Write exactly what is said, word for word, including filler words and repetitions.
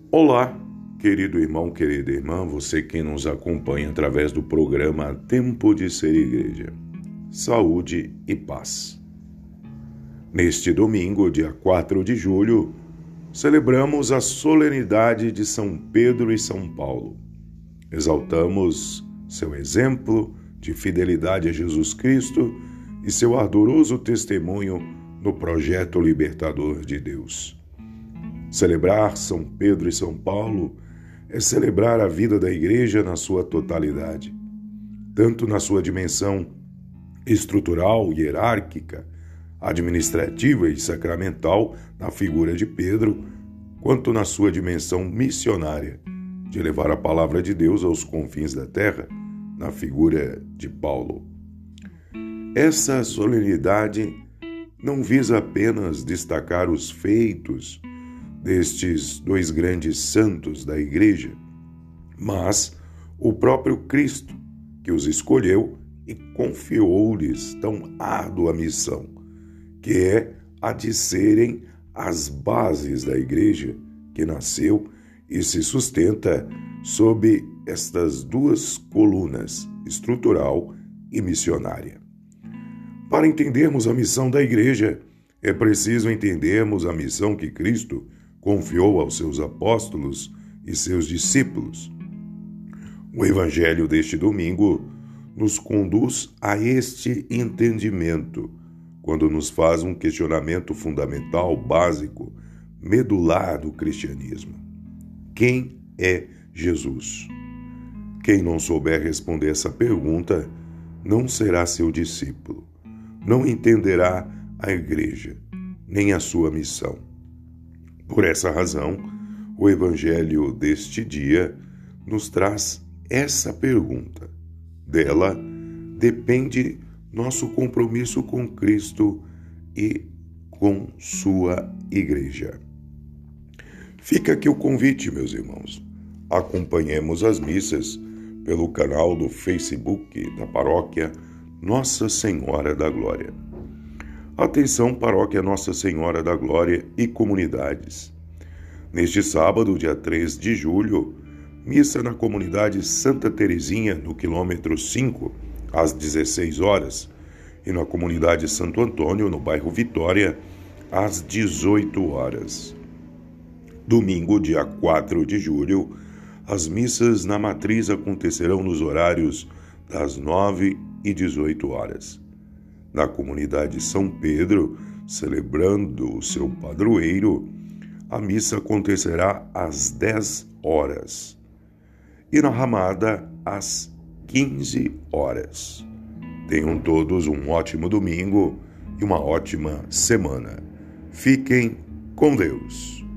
Olá, querido irmão, querida irmã, você que nos acompanha através do programa Tempo de Ser Igreja. Saúde e paz. Neste domingo, dia quatro de julho, celebramos a solenidade de São Pedro e São Paulo. Exaltamos seu exemplo de fidelidade a Jesus Cristo e seu ardoroso testemunho no projeto libertador de Deus. Celebrar São Pedro e São Paulo é celebrar a vida da Igreja na sua totalidade, tanto na sua dimensão estrutural, hierárquica, administrativa e sacramental, na figura de Pedro, quanto na sua dimensão missionária, de levar a palavra de Deus aos confins da terra, na figura de Paulo. Essa solenidade não visa apenas destacar os feitos destes dois grandes santos da Igreja, mas o próprio Cristo, que os escolheu e confiou-lhes tão árdua missão, que é a de serem as bases da Igreja, que nasceu e se sustenta sob estas duas colunas, estrutural e missionária. Para entendermos a missão da Igreja, é preciso entendermos a missão que Cristo confiou aos seus apóstolos e seus discípulos. O Evangelho deste domingo nos conduz a este entendimento, quando nos faz um questionamento fundamental, básico, medular do cristianismo. Quem é Jesus? Quem não souber responder essa pergunta não será seu discípulo, não entenderá a Igreja, nem a sua missão. Por essa razão, o Evangelho deste dia nos traz essa pergunta. Dela depende nosso compromisso com Cristo e com sua Igreja. Fica aqui o convite, meus irmãos. Acompanhemos as missas pelo canal do Facebook da Paróquia Nossa Senhora da Glória. Atenção, Paróquia Nossa Senhora da Glória e comunidades. Neste sábado, dia três de julho, missa na comunidade Santa Terezinha, no quilômetro cinco, às dezesseis horas, e na comunidade Santo Antônio, no bairro Vitória, às dezoito horas. Domingo, dia quatro de julho, as missas na matriz acontecerão nos horários das nove e dezoito horas. Na comunidade São Pedro, celebrando o seu padroeiro, a missa acontecerá às dez horas e na Ramada às quinze horas. Tenham todos um ótimo domingo e uma ótima semana. Fiquem com Deus.